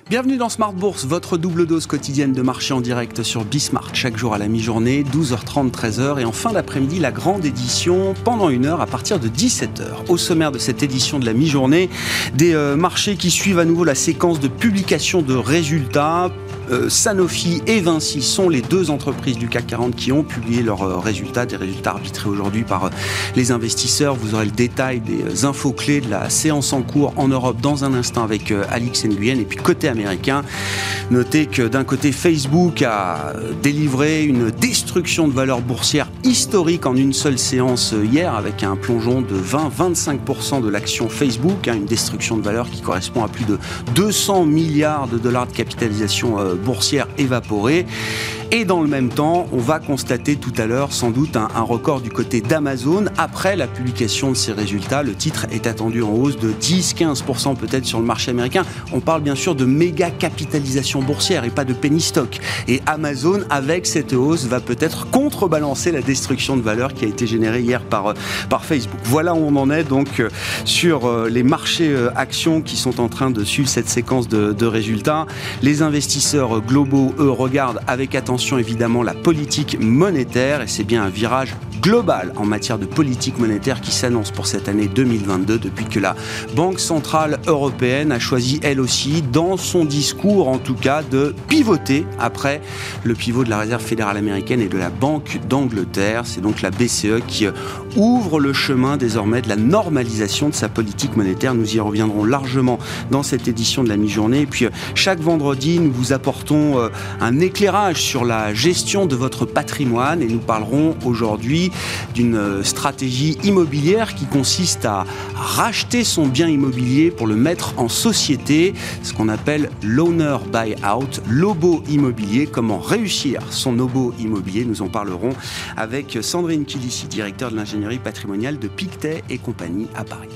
Bienvenue dans Smart Bourse, votre double dose quotidienne de marché en direct sur Bismart, chaque jour à la mi-journée, 12h30, 13h, et en fin d'après-midi, la grande édition pendant 1 heure à partir de 17h. Au sommaire de cette édition de la mi-journée, des marchés qui suivent à nouveau la séquence de publication de résultats. Sanofi et Vinci sont les deux entreprises du CAC 40 qui ont publié leurs résultats, des résultats arbitrés aujourd'hui par les investisseurs. Vous aurez le détail des infos clés de la séance en cours en Europe dans un instant avec Alix Nguyen. Et puis côté américain, notez que d'un côté Facebook a délivré une destruction de valeur boursière historique en une seule séance hier avec un plongeon de 20-25% de l'action Facebook, une destruction de valeur qui correspond à plus de 200 milliards de dollars de capitalisation boursière évaporée. Et dans le même temps, on va constater tout à l'heure sans doute un record du côté d'Amazon. Après la publication de ces résultats, le titre est attendu en hausse de 10-15% peut-être sur le marché américain. On parle bien sûr de méga capitalisation boursière et pas de penny stock. Et Amazon, avec cette hausse, va peut-être contrebalancer la destruction de valeur qui a été générée hier par Facebook. Voilà où on en est donc sur les marchés actions qui sont en train de suivre cette séquence de résultats. Les investisseurs globaux, eux, regardent avec attention évidemment la politique monétaire, et c'est bien un virage global en matière de politique monétaire qui s'annonce pour cette année 2022 depuis que la Banque Centrale Européenne a choisi elle aussi, dans son discours en tout cas, de pivoter après le pivot de la Réserve fédérale américaine et de la Banque d'Angleterre. C'est donc la BCE qui ouvre le chemin désormais de la normalisation de sa politique monétaire. Nous y reviendrons largement dans cette édition de la mi-journée. Et puis chaque vendredi, nous vous apportons un éclairage sur la gestion de votre patrimoine et nous parlerons aujourd'hui d'une stratégie immobilière qui consiste à racheter son bien immobilier pour le mettre en société, ce qu'on appelle l'owner buy-out, l'obo immobilier. Comment réussir son obo immobilier? Nous en parlerons avec Sandrine Kilissi, directeur de l'ingénierie patrimoniale de Pictet et compagnie à Paris.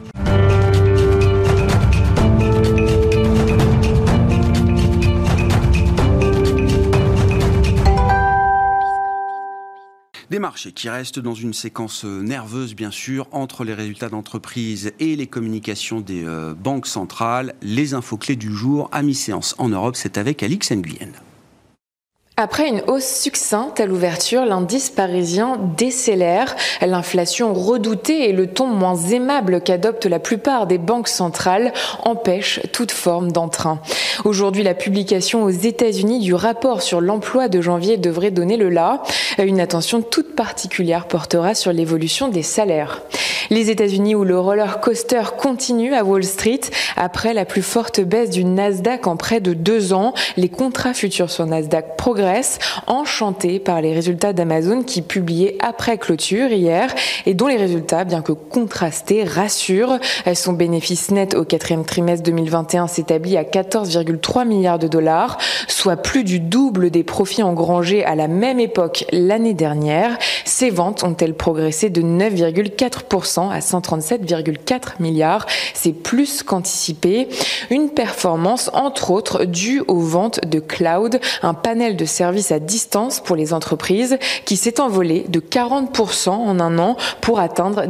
Des marchés qui restent dans une séquence nerveuse, bien sûr, entre les résultats d'entreprise et les communications des banques centrales. Les infos clés du jour à mi-séance en Europe, c'est avec Alix Nguyen. Après une hausse succincte à l'ouverture, l'indice parisien décélère. L'inflation redoutée et le ton moins aimable qu'adoptent la plupart des banques centrales empêchent toute forme d'entrain. Aujourd'hui, la publication aux États-Unis du rapport sur l'emploi de janvier devrait donner le là. Une attention toute particulière portera sur l'évolution des salaires. Les États-Unis où le roller coaster continue à Wall Street. Après la plus forte baisse du Nasdaq en près de 2 ans, les contrats futurs sur Nasdaq progressent, enchantés par les résultats d'Amazon qui publiaient après clôture hier et dont les résultats, bien que contrastés, rassurent. Son bénéfice net au 4e trimestre 2021 s'établit à 14,3 milliards de dollars, soit plus du double des profits engrangés à la même époque l'année dernière. Ses ventes ont-elles progressé de 9,4% à 137,4 milliards. C'est plus qu'anticipé. Une performance, entre autres, due aux ventes de cloud, un panel de services à distance pour les entreprises qui s'est envolé de 40% en un an pour atteindre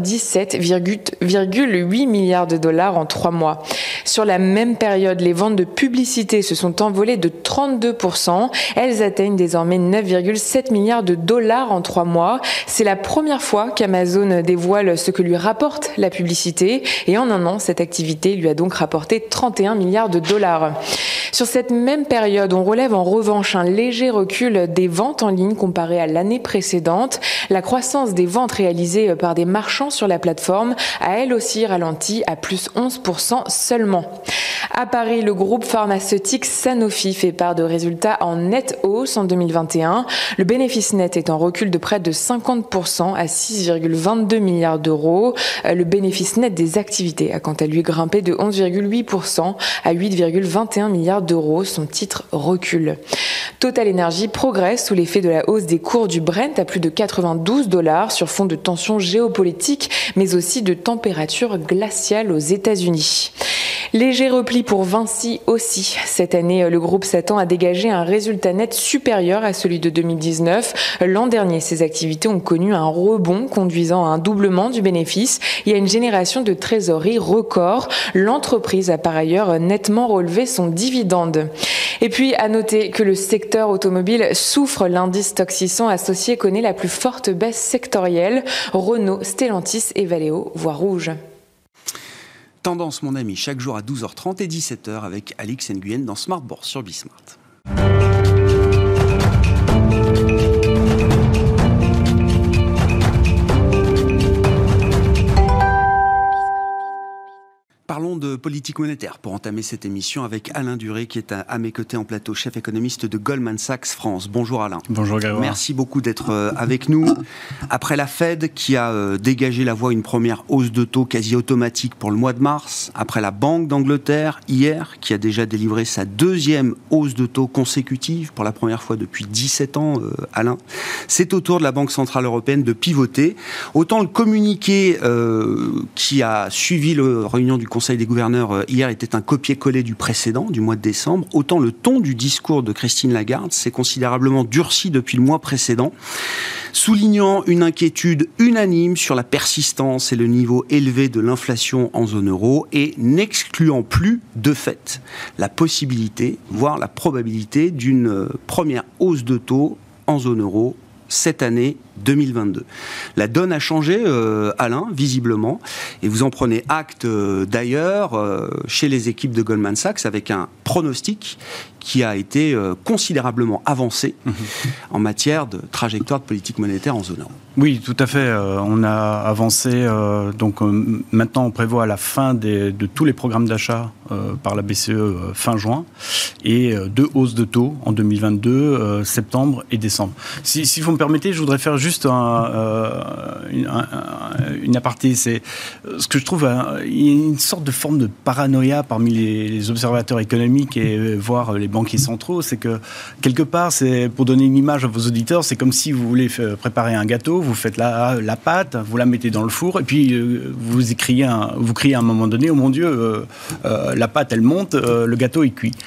17,8 milliards de dollars en 3 mois. Sur la même période, les ventes de publicité se sont envolées de 32%. Elles atteignent désormais 9,7 milliards de dollars en 3 mois. C'est la première fois qu'Amazon dévoile ce que lui rapporte la publicité et en un an, cette activité lui a donc rapporté 31 milliards de dollars. Sur cette même période, on relève en revanche un léger recul des ventes en ligne comparé à l'année précédente. La croissance des ventes réalisées par des marchands sur la plateforme a elle aussi ralenti à plus 11% seulement. À Paris, le groupe pharmaceutique Sanofi fait part de résultats en nette hausse en 2021. Le bénéfice net est en recul de près de 50% à 6,22 milliards d'euros. Le bénéfice net des activités a quant à lui grimpé de 11,8% à 8,21 milliards d'euros. Son titre recule. Total Energy progresse sous l'effet de la hausse des cours du Brent à plus de 92 $ sur fond de tensions géopolitiques, mais aussi de températures glaciales aux États-Unis. Léger repli pour Vinci aussi. Cette année, le groupe s'attend à dégager un résultat net supérieur à celui de 2019. L'an dernier, ses activités ont connu un rebond conduisant à un doublement du bénéfice et à une génération de trésorerie record. L'entreprise a par ailleurs nettement relevé son dividende. Et puis, à noter que le secteur automobile souffre. L'indice Stoxx 600 associé connaît la plus forte baisse sectorielle. Renault, Stellantis et Valeo voient rouge. Tendance, mon ami, chaque jour à 12h30 et 17h avec Alix Nguyen dans Smart Bourse sur Bismart. Parlons de politique monétaire pour entamer cette émission avec Alain Duré qui est à mes côtés en plateau, chef économiste de Goldman Sachs France. Bonjour Alain. Bonjour Grégoire. Merci beaucoup d'être avec nous. Après la Fed qui a dégagé la voie à une première hausse de taux quasi automatique pour le mois de mars, après la Banque d'Angleterre hier qui a déjà délivré sa deuxième hausse de taux consécutive pour la première fois depuis 17 ans, Alain, c'est au tour de la Banque Centrale Européenne de pivoter. Autant le communiqué qui a suivi la réunion du Conseil des gouverneurs hier était un copier-coller du précédent, du mois de décembre, autant le ton du discours de Christine Lagarde s'est considérablement durci depuis le mois précédent, soulignant une inquiétude unanime sur la persistance et le niveau élevé de l'inflation en zone euro et n'excluant plus de fait la possibilité, voire la probabilité d'une première hausse de taux en zone euro cette année 2022. La donne a changé, Alain, visiblement, et vous en prenez acte d'ailleurs chez les équipes de Goldman Sachs avec un pronostic qui a été considérablement avancé en matière de trajectoire de politique monétaire en zone euro. Oui, tout à fait. On a avancé. Donc maintenant, on prévoit la fin de tous les programmes d'achat par la BCE fin juin et 2 hausses de taux en 2022, septembre et décembre. Si vous me permettez, je voudrais faire juste une aparté. C'est ce que je trouve, il y a une sorte de forme de paranoïa parmi les observateurs économiques et voire les banquiers centraux. C'est que quelque part, c'est pour donner une image à vos auditeurs, c'est comme si vous voulez préparer un gâteau, vous faites la pâte, vous la mettez dans le four et puis vous criez à un moment donné, oh mon Dieu, la pâte elle monte, le gâteau est cuit.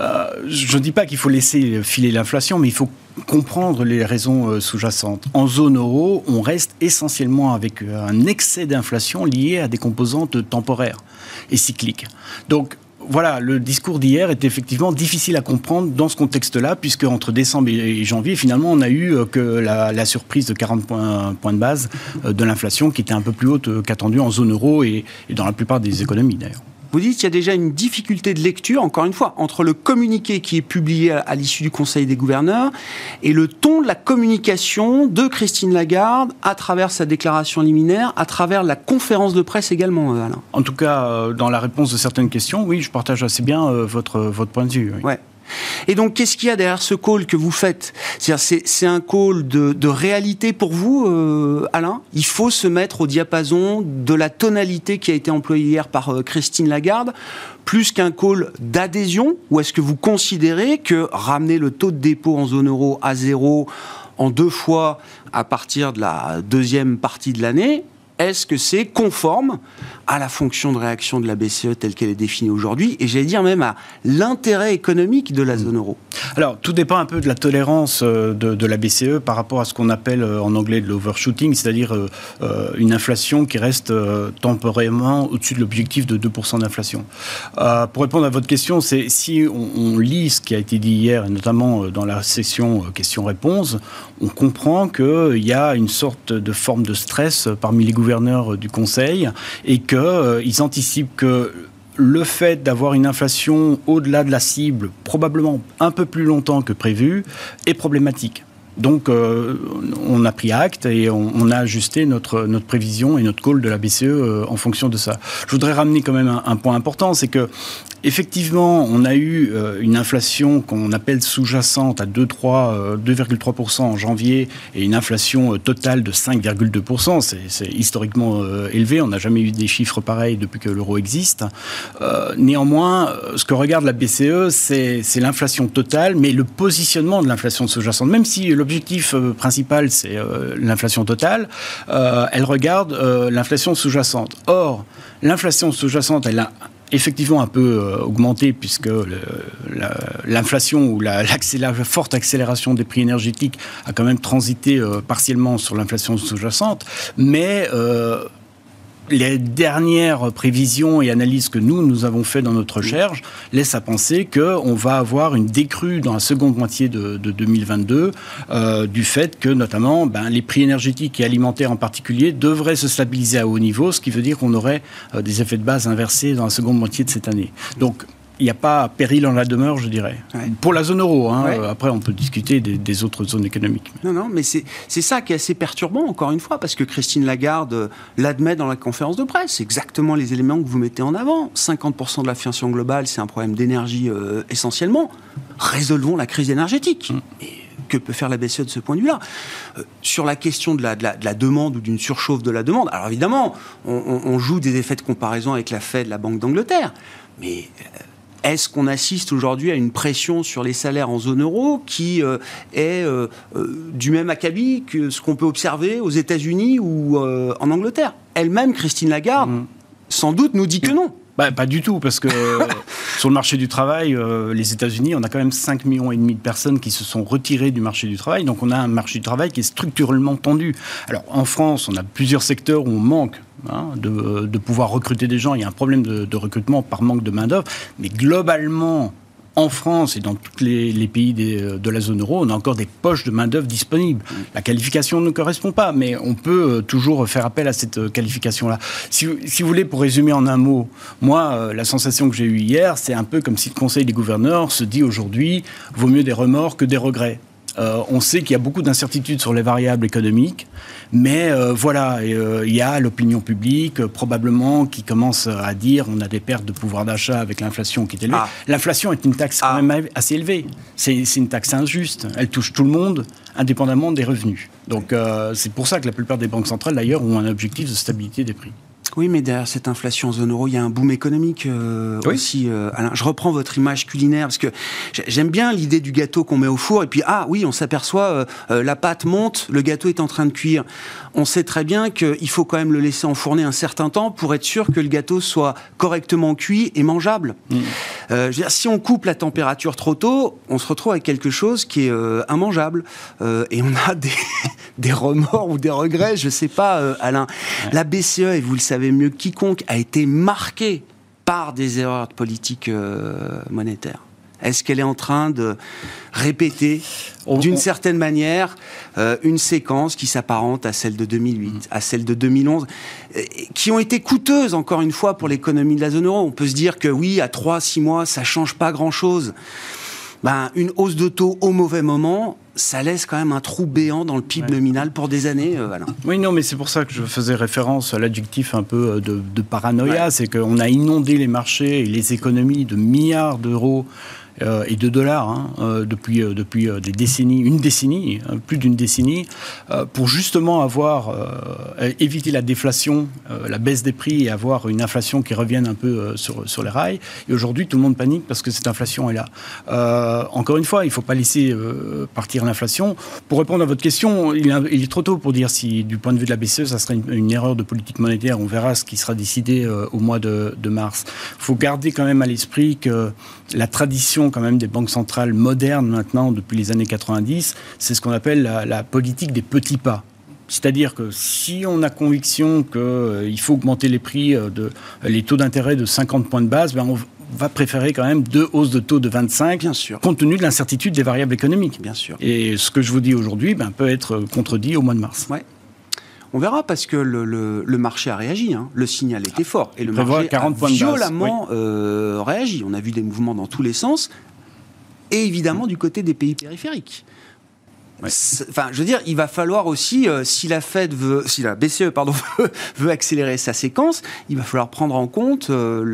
Je ne dis pas qu'il faut laisser filer l'inflation, mais il faut comprendre les raisons sous-jacentes. En zone euro, on reste essentiellement avec un excès d'inflation lié à des composantes temporaires et cycliques. Donc, voilà, le discours d'hier est effectivement difficile à comprendre dans ce contexte-là, puisque entre décembre et janvier, finalement, on a eu que la surprise de 40 points de base de l'inflation qui était un peu plus haute qu'attendue en zone euro et dans la plupart des économies d'ailleurs. Vous dites qu'il y a déjà une difficulté de lecture, encore une fois, entre le communiqué qui est publié à l'issue du Conseil des gouverneurs et le ton de la communication de Christine Lagarde à travers sa déclaration liminaire, à travers la conférence de presse également, Alain. En tout cas, dans la réponse de certaines questions, oui, je partage assez bien votre point de vue. Oui. Ouais. Et donc, qu'est-ce qu'il y a derrière ce call que vous faites ? C'est un call de réalité pour vous, Alain ? Il faut se mettre au diapason de la tonalité qui a été employée hier par Christine Lagarde, plus qu'un call d'adhésion ? Ou est-ce que vous considérez que ramener le taux de dépôt en zone euro à 0 en 2 fois à partir de la deuxième partie de l'année, est-ce que c'est conforme à la fonction de réaction de la BCE telle qu'elle est définie aujourd'hui, et j'allais dire même à l'intérêt économique de la zone euro ? Alors, tout dépend un peu de la tolérance de la BCE par rapport à ce qu'on appelle en anglais de l'overshooting, c'est-à-dire une inflation qui reste temporairement au-dessus de l'objectif de 2% d'inflation. Pour répondre à votre question, c'est si on lit ce qui a été dit hier, et notamment dans la session questions-réponses, on comprend qu'il y a une sorte de forme de stress parmi les gouverneurs du Conseil et qu'ils anticipent que le fait d'avoir une inflation au-delà de la cible, probablement un peu plus longtemps que prévu, est problématique. Donc, on a pris acte et on a ajusté notre prévision et notre call de la BCE en fonction de ça. Je voudrais ramener quand même un point important, c'est que effectivement, on a eu une inflation qu'on appelle sous-jacente à 2,3% en janvier et une inflation totale de 5,2%. C'est historiquement élevé. On n'a jamais eu des chiffres pareils depuis que l'euro existe. Néanmoins, ce que regarde la BCE, c'est l'inflation totale, mais le positionnement de l'inflation sous-jacente. Même si l'objectif principal, c'est l'inflation totale, elle regarde l'inflation sous-jacente. Or, l'inflation sous-jacente, elle a effectivement un peu augmenté puisque l'inflation ou la forte accélération des prix énergétiques a quand même transité partiellement sur l'inflation sous-jacente, mais les dernières prévisions et analyses que nous avons fait dans notre recherche laissent à penser qu'on va avoir une décrue dans la seconde moitié de 2022 du fait que notamment les prix énergétiques et alimentaires en particulier devraient se stabiliser à haut niveau, ce qui veut dire qu'on aurait des effets de base inversés dans la seconde moitié de cette année. Donc il n'y a pas péril en la demeure, je dirais. Ouais. Pour la zone euro, après on peut discuter des autres zones économiques. Non, mais c'est ça qui est assez perturbant, encore une fois, parce que Christine Lagarde l'admet dans la conférence de presse. C'est exactement les éléments que vous mettez en avant. 50% de l'inflation globale, c'est un problème d'énergie essentiellement. Résolvons la crise énergétique. Et que peut faire la BCE de ce point de vue-là ? Sur la question de la demande ou d'une surchauffe de la demande, alors évidemment, on joue des effets de comparaison avec la Fed, la Banque d'Angleterre, mais est-ce qu'on assiste aujourd'hui à une pression sur les salaires en zone euro qui est du même acabit que ce qu'on peut observer aux États-Unis ou en Angleterre ? Elle-même, Christine Lagarde, sans doute nous dit que non. Pas du tout, parce que sur le marché du travail, les États-Unis, on a quand même 5,5 millions de personnes qui se sont retirées du marché du travail. Donc on a un marché du travail qui est structurellement tendu. Alors en France, on a plusieurs secteurs où on manque de pouvoir recruter des gens. Il y a un problème de recrutement par manque de main-d'œuvre. Mais globalement, en France et dans tous les pays de la zone euro, on a encore des poches de main-d'œuvre disponibles. La qualification ne correspond pas, mais on peut toujours faire appel à cette qualification-là. Si vous voulez, pour résumer en un mot, moi, la sensation que j'ai eue hier, c'est un peu comme si le Conseil des gouverneurs se dit aujourd'hui, vaut mieux des remords que des regrets. On sait qu'il y a beaucoup d'incertitudes sur les variables économiques, mais il y a l'opinion publique probablement qui commence à dire on a des pertes de pouvoir d'achat avec l'inflation qui est élevée. L'inflation est une taxe quand même assez élevée. C'est une taxe injuste. Elle touche tout le monde, indépendamment des revenus. Donc c'est pour ça que la plupart des banques centrales, d'ailleurs, ont un objectif de stabilité des prix. Oui, mais derrière cette inflation en zone euro, il y a un boom économique aussi. Alain, je reprends votre image culinaire, parce que j'aime bien l'idée du gâteau qu'on met au four, et puis, on s'aperçoit, la pâte monte, le gâteau est en train de cuire. On sait très bien qu'il faut quand même le laisser enfourner un certain temps pour être sûr que le gâteau soit correctement cuit et mangeable. Je veux dire, si on coupe la température trop tôt, on se retrouve avec quelque chose qui est immangeable. Et on a des remords ou des regrets, je ne sais pas, Alain. La BCE, et vous le savez mieux que quiconque, a été marquée par des erreurs de politique monétaire. Est-ce qu'elle est en train de répéter, d'une certaine manière, une séquence qui s'apparente à celle de 2008, à celle de 2011, qui ont été coûteuses, encore une fois, pour l'économie de la zone euro ? On peut se dire que oui, à 3-6 mois, ça ne change pas grand-chose. Une hausse de taux au mauvais moment, ça laisse quand même un trou béant dans le PIB nominal pour des années, Alain. Oui, non, mais c'est pour ça que je faisais référence à l'adjectif un peu de paranoïa. C'est qu'on a inondé les marchés et les économies de milliards d'euros et de dollars depuis des décennies, plus d'une décennie, pour justement éviter la déflation, la baisse des prix et avoir une inflation qui revienne un peu sur les rails. Et aujourd'hui, tout le monde panique parce que cette inflation est là. Encore une fois, il ne faut pas laisser partir l'inflation. Pour répondre à votre question, il est trop tôt pour dire si, du point de vue de la BCE, ça serait une erreur de politique monétaire. On verra ce qui sera décidé au mois de mars. Il faut garder quand même à l'esprit que la tradition quand même des banques centrales modernes maintenant, depuis les années 90, c'est ce qu'on appelle la politique des petits pas. C'est-à-dire que si on a conviction qu'il faut augmenter les prix, les taux d'intérêt de 50 points de base, on va préférer quand même 2 hausses de taux de 25, bien sûr, compte tenu de l'incertitude des variables économiques. Bien sûr. Et ce que je vous dis aujourd'hui peut être contredit au mois de mars. Ouais. On verra, parce que le marché a réagi. Le signal était fort. Et le marché a violemment réagi. On a vu des mouvements dans tous les sens. Et évidemment, du côté des pays périphériques. Ouais. Je veux dire, il va falloir aussi, si la BCE veut accélérer sa séquence, il va falloir prendre en compte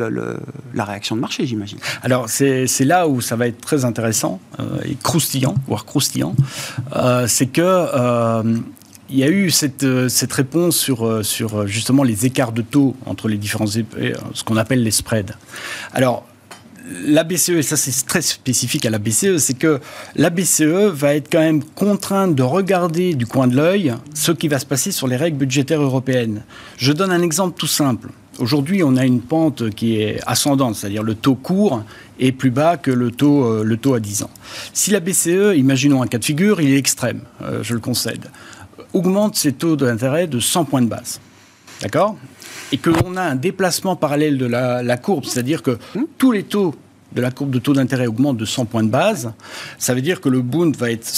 la réaction de marché, j'imagine. Alors, c'est là où ça va être très intéressant et croustillant, voire croustillant. C'est que il y a eu cette réponse sur justement les écarts de taux entre les différents ce qu'on appelle les spreads. Alors, la BCE, et ça c'est très spécifique à la BCE, c'est que la BCE va être quand même contrainte de regarder du coin de l'œil ce qui va se passer sur les règles budgétaires européennes. Je donne un exemple tout simple. Aujourd'hui, on a une pente qui est ascendante, c'est-à-dire le taux court est plus bas que le taux à 10 ans. Si la BCE, imaginons un cas de figure, il est extrême, je le concède, augmente ses taux d'intérêt de 100 points de base, d'accord ? Et que l'on a un déplacement parallèle de la courbe, c'est-à-dire que tous les taux de la courbe de taux d'intérêt augmentent de 100 points de base, ça veut dire que le Bund va être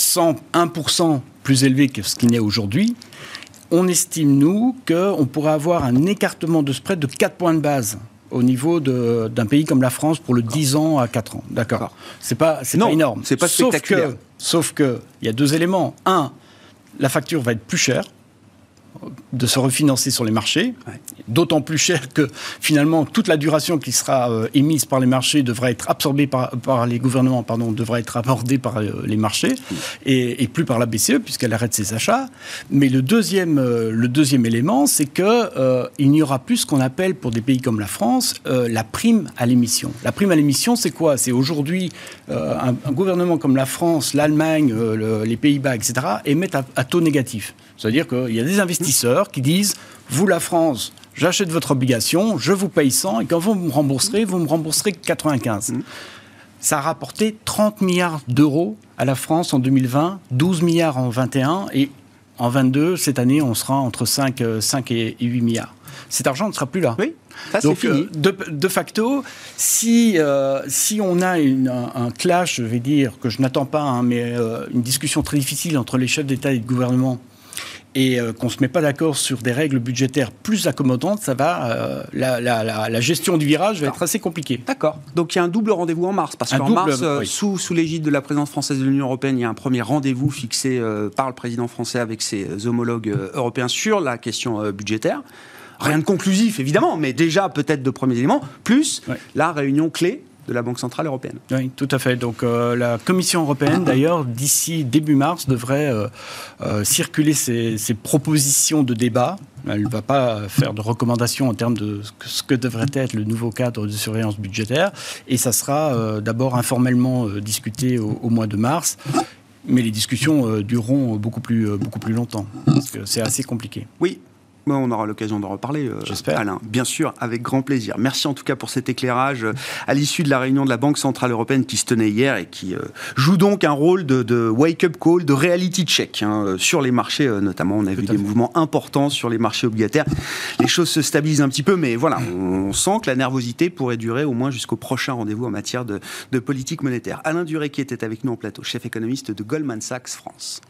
1% plus élevé que ce qu'il n'est aujourd'hui. On estime, nous, qu'on pourrait avoir un écartement de spread de 4 points de base au niveau d'un pays comme la France pour le 10 ans à 4 ans. D'accord. C'est pas énorme. C'est pas spectaculaire. Sauf que il y a 2 éléments. Un, la facture va être plus chère de se refinancer sur les marchés, d'autant plus cher que finalement toute la duration qui sera émise par les marchés devra être absorbée par les gouvernements, devra être abordée par les marchés et plus par la BCE puisqu'elle arrête ses achats. Mais le deuxième élément, c'est que il n'y aura plus ce qu'on appelle pour des pays comme la France la prime à l'émission. La prime à l'émission, c'est quoi ? C'est aujourd'hui un gouvernement comme la France, l'Allemagne, les Pays-Bas, etc. émettent à taux négatif. C'est-à-dire qu'il y a des investisseurs qui disent « Vous, la France, j'achète votre obligation, je vous paye 100, et quand vous me rembourserez 95. » Ça a rapporté 30 milliards d'euros à la France en 2020, 12 milliards en 2021, et en 2022, cette année, on sera entre 5 et 8 milliards. Cet argent ne sera plus là. Oui, ça c'est fini. De facto, si on a un clash, je vais dire, que je n'attends pas, mais une discussion très difficile entre les chefs d'État et de gouvernement, et qu'on ne se met pas d'accord sur des règles budgétaires plus accommodantes, ça va, la gestion du virage va être assez compliquée. D'accord. Donc il y a un double rendez-vous en mars, parce qu'en mars, sous l'égide de la présidence française de l'Union européenne, il y a un premier rendez-vous fixé par le président français avec ses homologues européens sur la question budgétaire. Rien de conclusif, évidemment, mais déjà peut-être de premiers éléments, plus la réunion clé de la Banque Centrale Européenne. Oui, tout à fait. Donc la Commission Européenne, d'ailleurs, d'ici début mars, devrait circuler ses propositions de débat. Elle ne va pas faire de recommandations en termes de ce que devrait être le nouveau cadre de surveillance budgétaire. Et ça sera d'abord informellement discuté au mois de mars. Mais les discussions dureront beaucoup plus longtemps, parce que c'est assez compliqué. Oui. On aura l'occasion d'en reparler, Alain, bien sûr, avec grand plaisir. Merci en tout cas pour cet éclairage à l'issue de la réunion de la Banque Centrale Européenne qui se tenait hier et qui joue donc un rôle de wake-up call, de reality check sur les marchés notamment. On a vu des mouvements importants sur les marchés obligataires. Les choses se stabilisent un petit peu, mais voilà, on sent que la nervosité pourrait durer au moins jusqu'au prochain rendez-vous en matière de politique monétaire. Alain Duré qui était avec nous en plateau, chef économiste de Goldman Sachs France.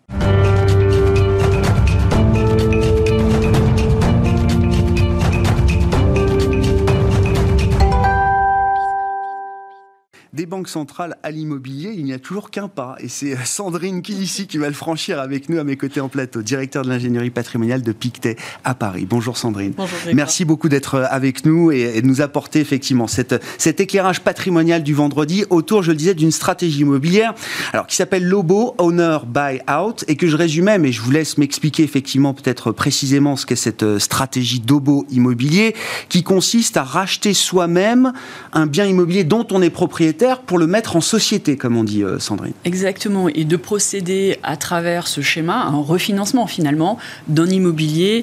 Des banques centrales à l'immobilier, il n'y a toujours qu'un pas. Et c'est Sandrine Kilissi qui va le franchir avec nous à mes côtés en plateau, directeur de l'ingénierie patrimoniale de Pictet à Paris. Bonjour Sandrine. Bonjour. Merci beaucoup d'être avec nous et de nous apporter effectivement cet éclairage patrimonial du vendredi autour, je le disais, d'une stratégie immobilière alors, qui s'appelle LOBO, Owner Buy Out, et que je résumais, mais je vous laisse m'expliquer effectivement peut-être précisément ce qu'est cette stratégie d'OBO immobilier qui consiste à racheter soi-même un bien immobilier dont on est propriétaire pour le mettre en société, comme on dit, Sandrine. Exactement, et de procéder à travers ce schéma à un refinancement finalement d'un immobilier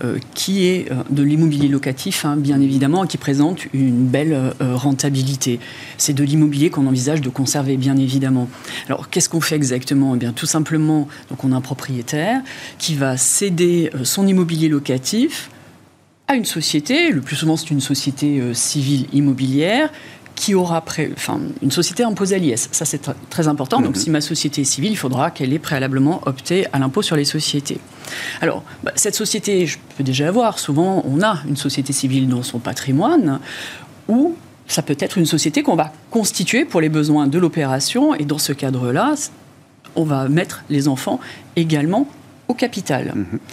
qui est de l'immobilier locatif, bien évidemment, qui présente une belle rentabilité. C'est de l'immobilier qu'on envisage de conserver, bien évidemment. Alors, qu'est-ce qu'on fait exactement ? Eh bien, tout simplement, donc on a un propriétaire qui va céder son immobilier locatif à une société, le plus souvent c'est une société civile immobilière, qui aura une société imposée à l'IS. Ça, c'est très important. Donc, si ma société est civile, il faudra qu'elle ait préalablement opté à l'impôt sur les sociétés. Alors, cette société, je peux déjà avoir. Souvent, on a une société civile dans son patrimoine, ou ça peut être une société qu'on va constituer pour les besoins de l'opération. Et dans ce cadre-là, on va mettre les enfants également au capital.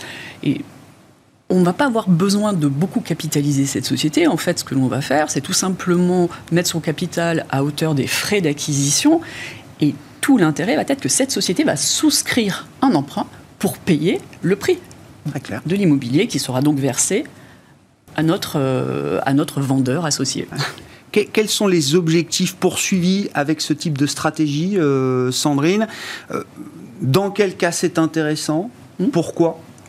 Et on ne va pas avoir besoin de beaucoup capitaliser cette société. En fait, ce que l'on va faire, c'est tout simplement mettre son capital à hauteur des frais d'acquisition. Et tout l'intérêt va être que cette société va souscrire un emprunt pour payer le prix de l'immobilier qui sera donc versé à notre vendeur associé. Quels sont les objectifs poursuivis avec ce type de stratégie, Sandrine ? Dans quel cas c'est intéressant ? Pourquoi ?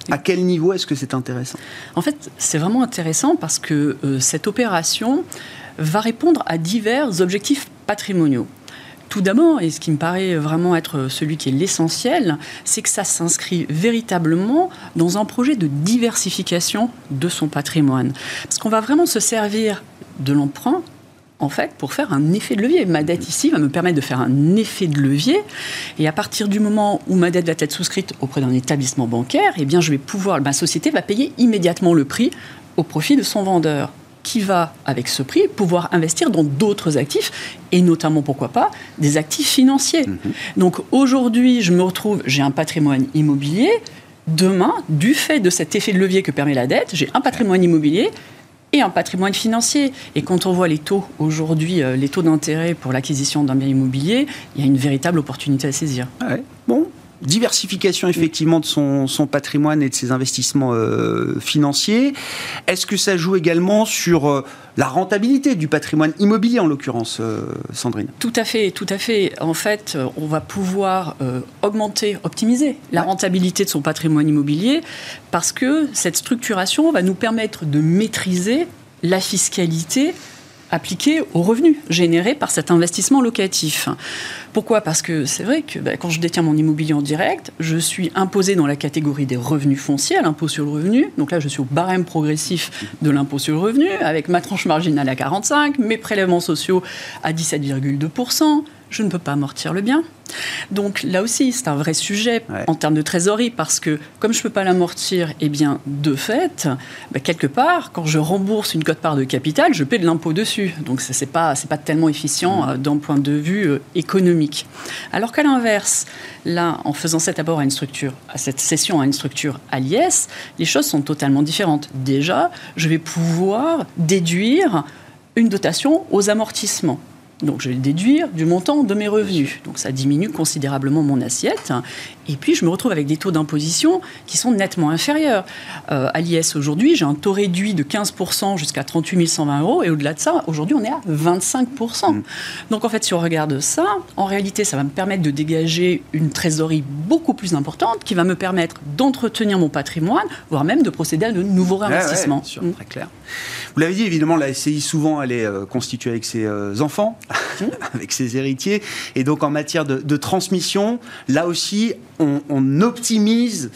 À quel niveau est-ce que c'est intéressant ? En fait, c'est vraiment intéressant parce que cette opération va répondre à divers objectifs patrimoniaux. Tout d'abord, et ce qui me paraît vraiment être celui qui est l'essentiel, c'est que ça s'inscrit véritablement dans un projet de diversification de son patrimoine. Parce qu'on va vraiment se servir de l'emprunt, en fait, pour faire un effet de levier. Ma dette ici va me permettre de faire un effet de levier. Et à partir du moment où ma dette va être souscrite auprès d'un établissement bancaire, eh bien, ma société va payer immédiatement le prix au profit de son vendeur, qui va, avec ce prix, pouvoir investir dans d'autres actifs, et notamment, pourquoi pas, des actifs financiers. Donc aujourd'hui, j'ai un patrimoine immobilier. Demain, du fait de cet effet de levier que permet la dette, j'ai un patrimoine immobilier et un patrimoine financier. Et quand on voit les taux aujourd'hui, les taux d'intérêt pour l'acquisition d'un bien immobilier, il y a une véritable opportunité à saisir. Ouais. Bon. Diversification effectivement de son patrimoine et de ses investissements financiers. Est-ce que ça joue également sur la rentabilité du patrimoine immobilier en l'occurrence, Sandrine ? Tout à fait, tout à fait. En fait, on va pouvoir optimiser la rentabilité de son patrimoine immobilier parce que cette structuration va nous permettre de maîtriser la fiscalité appliquée aux revenus générés par cet investissement locatif. Pourquoi ? Parce que c'est vrai que quand je détiens mon immobilier en direct, je suis imposé dans la catégorie des revenus fonciers, à l'impôt sur le revenu. Donc là, je suis au barème progressif de l'impôt sur le revenu, avec ma tranche marginale à 45, mes prélèvements sociaux à 17,2%. Je ne peux pas amortir le bien. Donc là aussi, c'est un vrai sujet en termes de trésorerie, parce que comme je ne peux pas l'amortir, eh bien, de fait, quelque part, quand je rembourse une quote-part de capital, je paie de l'impôt dessus. Donc ce n'est pas tellement efficient d'un point de vue économique. Alors qu'à l'inverse, là, en faisant cette cession à une structure à l'IS, les choses sont totalement différentes. Déjà, je vais pouvoir déduire une dotation aux amortissements. Donc, je vais le déduire du montant de mes revenus. Donc, ça diminue considérablement mon assiette. Et puis, je me retrouve avec des taux d'imposition qui sont nettement inférieurs. À l'IS, aujourd'hui, j'ai un taux réduit de 15% jusqu'à 38 120 €. Et au-delà de ça, aujourd'hui, on est à 25%. Donc, en fait, si on regarde ça, en réalité, ça va me permettre de dégager une trésorerie beaucoup plus importante qui va me permettre d'entretenir mon patrimoine, voire même de procéder à de nouveaux réinvestissements. Bien sûr, très clair. Vous l'avez dit, évidemment, la SCI, souvent, elle est constituée avec ses enfants, avec ses héritiers. Et donc, en matière de transmission, là aussi, on optimise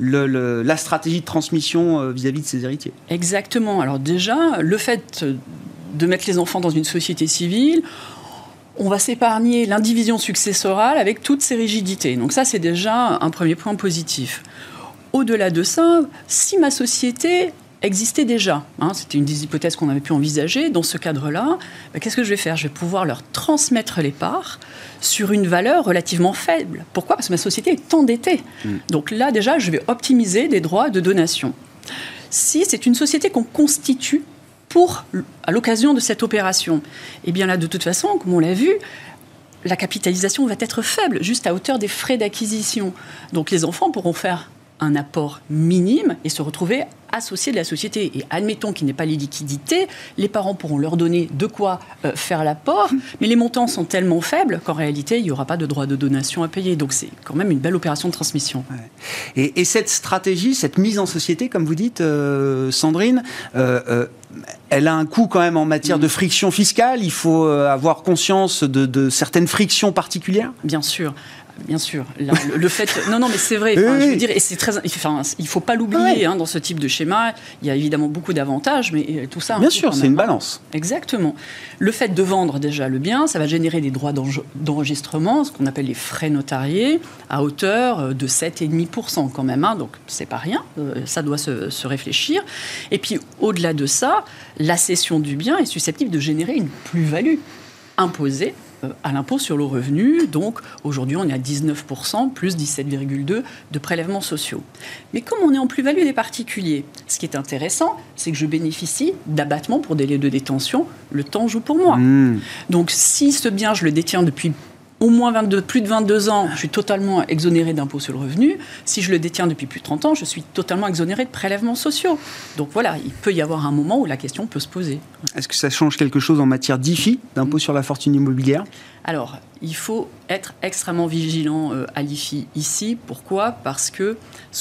la stratégie de transmission vis-à-vis de ses héritiers. Exactement. Alors déjà, le fait de mettre les enfants dans une société civile, on va s'épargner l'indivision successorale avec toutes ses rigidités. Donc ça, c'est déjà un premier point positif. Au-delà de ça, si ma société existait déjà, c'était une des hypothèses qu'on avait pu envisager, dans ce cadre-là, qu'est-ce que je vais faire ? Je vais pouvoir leur transmettre les parts sur une valeur relativement faible. Pourquoi ? Parce que ma société est endettée. Donc là, déjà, je vais optimiser des droits de donation. Si c'est une société qu'on constitue à l'occasion de cette opération, eh bien là, de toute façon, comme on l'a vu, la capitalisation va être faible, juste à hauteur des frais d'acquisition. Donc les enfants pourront faire un apport minime et se retrouver associés de la société. Et admettons qu'il n'y ait pas les liquidités, les parents pourront leur donner de quoi faire l'apport, mais les montants sont tellement faibles qu'en réalité, il n'y aura pas de droit de donation à payer. Donc c'est quand même une belle opération de transmission. Ouais. Et cette stratégie, cette mise en société, comme vous dites, Sandrine, elle a un coût quand même en matière de friction fiscale. Il faut avoir conscience de certaines frictions particulières. Bien sûr. Bien sûr. Là, le fait... Non, mais c'est vrai. Je veux dire, et c'est très... il ne faut pas l'oublier dans ce type de schéma. Il y a évidemment beaucoup d'avantages, mais tout ça... Bien sûr, c'est une balance. Exactement. Le fait de vendre déjà le bien, ça va générer des droits d'enregistrement, ce qu'on appelle les frais notariés, à hauteur de 7,5% quand même. Donc, c'est pas rien. Ça doit se réfléchir. Et puis, au-delà de ça, la cession du bien est susceptible de générer une plus-value imposée à l'impôt sur le revenu. Donc, aujourd'hui, on est à 19%, plus 17,2% de prélèvements sociaux. Mais comme on est en plus-value des particuliers, ce qui est intéressant, c'est que je bénéficie d'abattement pour délai de détention. Le temps joue pour moi. Donc, si ce bien, je le détiens depuis au moins plus de 22 ans, je suis totalement exonéré d'impôt sur le revenu. Si je le détiens depuis plus de 30 ans, je suis totalement exonéré de prélèvements sociaux. Donc voilà, il peut y avoir un moment où la question peut se poser. Est-ce que ça change quelque chose en matière d'IFI, d'impôt sur la fortune immobilière ? Alors, il faut être extrêmement vigilant à l'IFI ici. Pourquoi ? Parce que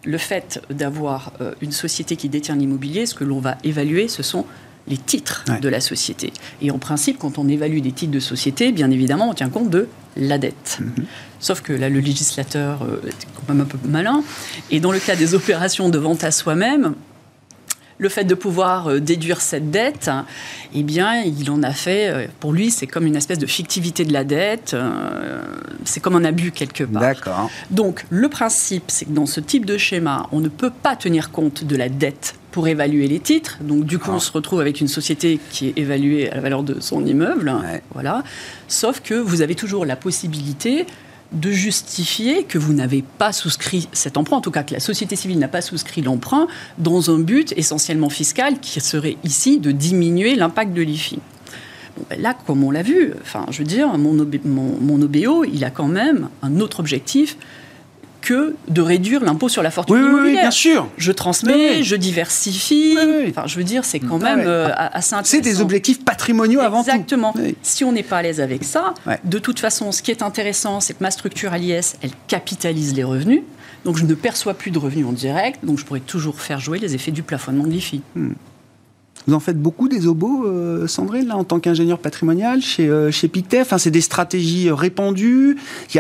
le fait d'avoir une société qui détient l'immobilier, ce que l'on va évaluer, ce sont les titres de la société. Et en principe, quand on évalue des titres de société, bien évidemment, on tient compte de la dette. Sauf que là, le législateur est quand même un peu malin. Et dans le cas des opérations de vente à soi-même, le fait de pouvoir déduire cette dette, eh bien, il en a fait, pour lui, c'est comme une espèce de fictivité de la dette, c'est comme un abus quelque part. D'accord. Donc, le principe, c'est que dans ce type de schéma, on ne peut pas tenir compte de la dette pour évaluer les titres. Donc, du coup, on se retrouve avec une société qui est évaluée à la valeur de son immeuble. Voilà. Sauf que vous avez toujours la possibilité de justifier que vous n'avez pas souscrit cet emprunt, en tout cas que la société civile n'a pas souscrit l'emprunt, dans un but essentiellement fiscal qui serait ici de diminuer l'impact de l'IFI. Bon, ben là, comme on l'a vu, je veux dire, mon OBO, il a quand même un autre objectif que de réduire l'impôt sur la fortune immobilière. Oui, bien sûr. Je transmets, je diversifie. Oui. Je veux dire, c'est quand même assez intéressant. C'est des objectifs patrimoniaux avant tout. Exactement. Oui. Si on n'est pas à l'aise avec ça, de toute façon, ce qui est intéressant, c'est que ma structure à l'IS, elle capitalise les revenus. Donc, je ne perçois plus de revenus en direct. Donc, je pourrais toujours faire jouer les effets du plafonnement de l'IFI. Vous en faites beaucoup des obos, Sandrine, là, en tant qu'ingénieur patrimonial chez Pictet. Enfin, c'est des stratégies répandues.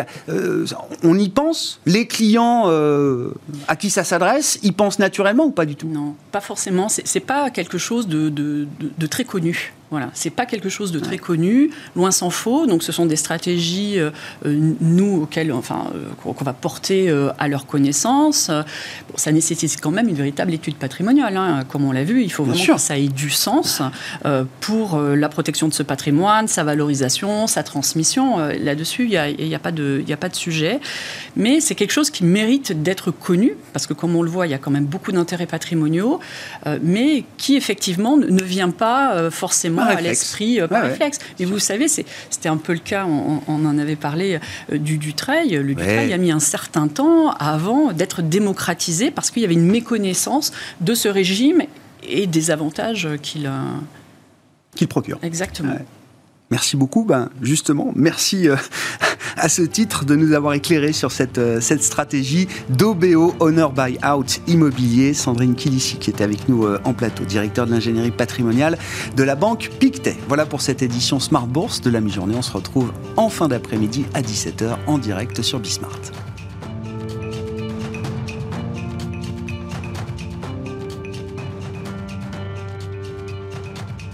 On y pense. Les clients à qui ça s'adresse, ils pensent naturellement ou pas du tout? Non, pas forcément. C'est pas quelque chose de très connu. Voilà, c'est pas quelque chose de très connu, loin s'en faut. Donc, ce sont des stratégies, nous, qu'on va porter à leur connaissance. Bon, ça nécessite quand même une véritable étude patrimoniale, comme on l'a vu. Il faut vraiment que ça ait du sens pour la protection de ce patrimoine, sa valorisation, sa transmission. Là-dessus, il n'y a pas de sujet. Mais c'est quelque chose qui mérite d'être connu, parce que, comme on le voit, il y a quand même beaucoup d'intérêts patrimoniaux, mais qui, effectivement, ne vient pas forcément à l'esprit par réflexe. Mais vous savez, c'était un peu le cas, on en avait parlé du Dutreil. Le Dutreil a mis un certain temps avant d'être démocratisé parce qu'il y avait une méconnaissance de ce régime et des avantages qu'il procure. Exactement. Merci beaucoup. Justement, merci à ce titre de nous avoir éclairé sur cette stratégie d'OBO, Owner Buy-out immobilier. Sandrine Kilici qui était avec nous en plateau, directeur de l'ingénierie patrimoniale de la banque Pictet. Voilà pour cette édition Smart Bourse de la mi-journée. On se retrouve en fin d'après-midi à 17h en direct sur Bismart.